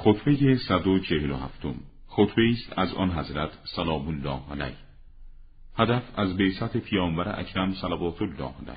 خطبه 147 خطبه است از آن حضرت سلام الله علیه. هدف از بعثت پیامبر اکرم صلوات الله علیه.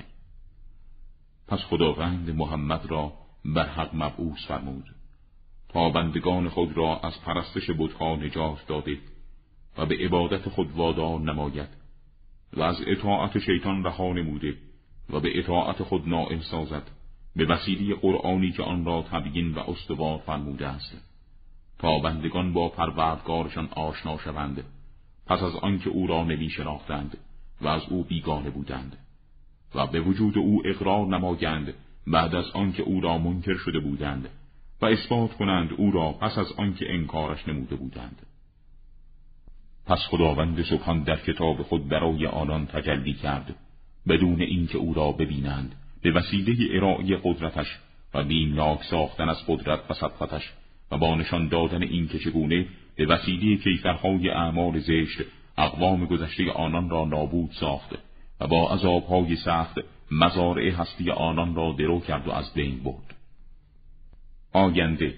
پس خداوند محمد را بر حق مبعوث فرمود تا بندگان خود را از پرستش بت‌ها نجات داده و به عبادت خود وادار نماید و از اطاعت شیطان رها نموده و به اطاعت خود نائل سازد به وسیله قرآنی که آن را تبیین و استوار فرموده است تا بندگان با پروردگارشان آشنا شوند پس از آنکه او را نمی شناختند و از او بیگانه بودند و به وجود او اقرار نمایند بعد از آنکه او را منکر شده بودند و اثبات کنند او را پس از آنکه انکارش نموده بودند. پس خداوند سبحان در کتاب خود برای آنان تجلی کرد بدون اینکه او را ببینند به وسیله ارائه قدرتش و بیمناک ساختن از قدرت و سطوتش و با نشان دادن این که چگونه به وسیله کیفرهای اعمال زشت اقوام گذشته آنان را نابود ساخت و با عذابهای سخت مزارع هستی آنان را درو کرد و از بین برد. آینده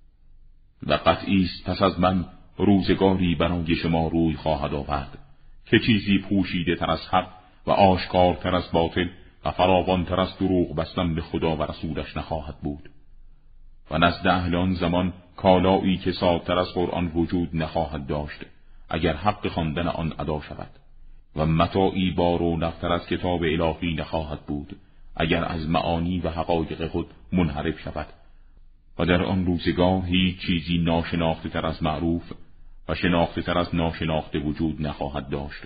و قطعی است پس از من روزگاری برای شما روی خواهد آورد که چیزی پوشیده تر از حق و آشکارتر از باطل و فراوانتر از دروغ بستن به خدا و رسولش نخواهد بود و نزد اهل آن زمان کالایی که سادتر از قرآن وجود نخواهد داشت اگر حق خواندن آن ادا شود و متاعی با رونق‌تر از کتاب الهی نخواهد بود اگر از معانی و حقایق خود منحرف شود و در آن روزگار هیچ چیزی ناشناخته تر از معروف و شناخته تر از ناشناخته وجود نخواهد داشت.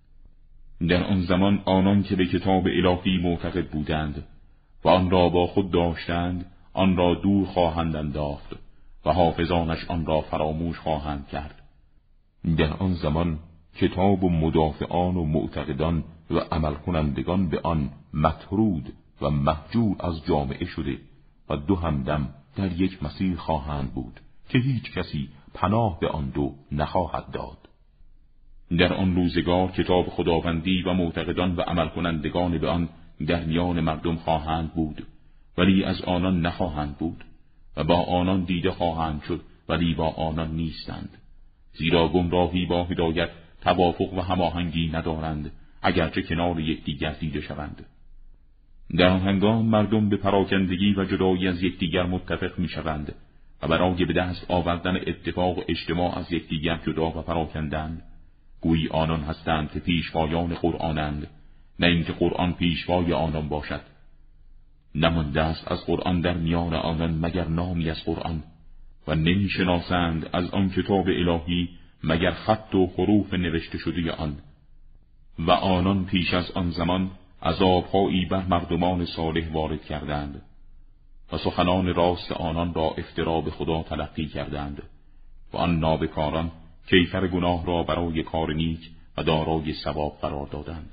در آن زمان آنان که به کتاب الهی معتقد بودند و آن را با خود داشتند آن را دور خواهند انداخت و حافظانش آن را فراموش خواهند کرد. در آن زمان کتاب و مدافعان و معتقدان و عمل کنندگان به آن مطرود و محجور از جامعه شده و دو همدم در یک مسیر خواهند بود که هیچ کسی پناه به آن دو نخواهد داد. در آن روزگار کتاب خداوندی و معتقدان و عمل کنندگان به آن در میان مردم خواهند بود ولی از آنان نخواهند بود و با آنان دیده خواهند شد ولی با آنان نیستند، زیرا گمراهی با هدایت توافق و هماهنگی ندارند اگرچه کنار یکدیگر دیده شوند. در آن هنگام مردم به پراکندگی و جدایی از یکدیگر متفق می شوند و برای به دست آوردن اتفاق و اجتماع از یکدیگر جدا و پراکندند. گویی آنان هستند که پیشوایان قرآنند نه اینکه قرآن پیشوای آنان باشد. نمانده است از قرآن در میان آنان مگر نامی از قرآن و نمی شناسند از آن کتاب الهی مگر خط و حروف نوشته شده آن و آنان پیش از آن زمان عذابهایی بر مردمان صالح وارد کردند و سخنان راست آنان را افترا به خدا تلقی کردند و آن نابکاران کیفر گناه را برای کار نیک و دارای ثواب قرار دادند.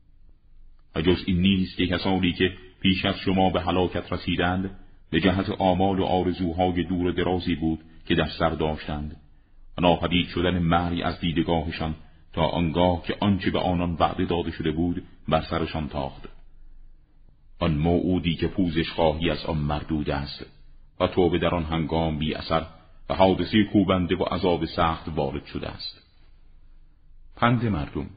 و جز این نیست که کسانی که پیش از شما به هلاکت رسیدند به جهت آمال و آرزوهای دور و درازی بود که در سر داشتند و ناپدید شدن مرگ از دیدگاهشان تا آنگاه که آنچه به آنان وعده داده شده بود بر سرشان تاخت. آن موعودی که پوزش خواهی از آن مردود است و توبه در آن هنگام بی اثر و حادثه کوبنده و عذاب سخت وارد شده است. پند مردم: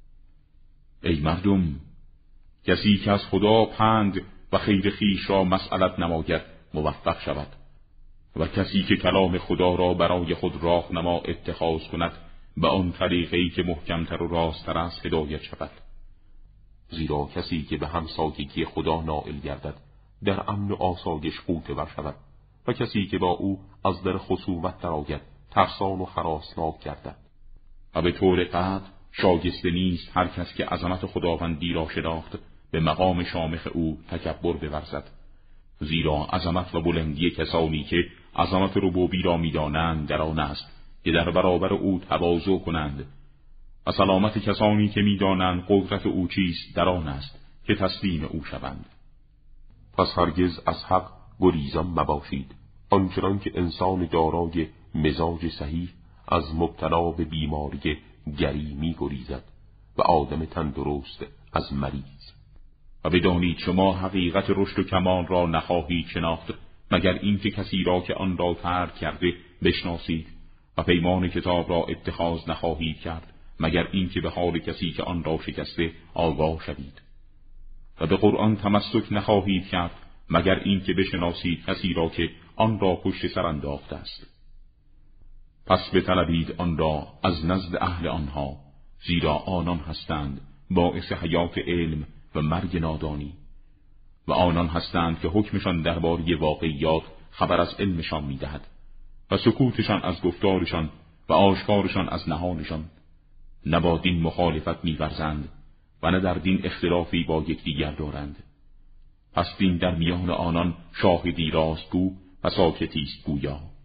ای مردم، کسی که از خدا پند و خیر خویش را مسئلت نماید موفق شود و کسی که کلام خدا را برای خود راهنما اتخاذ کند به آن طریقی که محکمتر و راستتر است هدایت شود. زیرا کسی که به همسایگی خدا نائل گردد در امن و آسایش غوطه‌ور شود و کسی که با او از در خصومت درآید ترسان و هراسناک گردد. و به طور قطع شایسته نیست هر کس که عظمت خداوندی را شناخت به مقام شامخ او تکبر بورزد، زیرا عظمت و بلندی کسانی که عظمت ربوبی را می‌دانند در آن است که در برابر او تواضع کنند و سلامت کسانی که می‌دانند قدرت او چیست در آن است که تسلیم او شوند. پس هرگز از حق گریزان مباشید، آنچنان که انسان دارای مزاج صحیح از مبتلا به بیماری گری می‌گریزد و آدم تندرست از مریض. و بدانید شما حقیقت رشد و کمال را نخواهید شناخت مگر اینکه کسی را که آن را ترک کرده بشناسید و پیمان کتاب را اتخاذ نخواهید کرد مگر اینکه به حال کسی که آن را شکسته آگاه شوید و به قرآن تمسک نخواهید کرد مگر اینکه بشناسید کسی را که آن را پشت سر انداخته است. پس بطلبید آن را از نزد اهل آنها، زیرا آنان هستند باعث حیات علم و مرگ نادانی، و آنان هستند که حکمشان درباره واقعیات خبر از علمشان می‌دهد و سکوتشان از گفتارشان و آشکارشان از نهانشان. نه با دین مخالفت می‌ورزند و نه در دین اختلافی با یکدیگر دارند. پس دین در میان آنان شاهدی راستگو و ساکتی است گویا.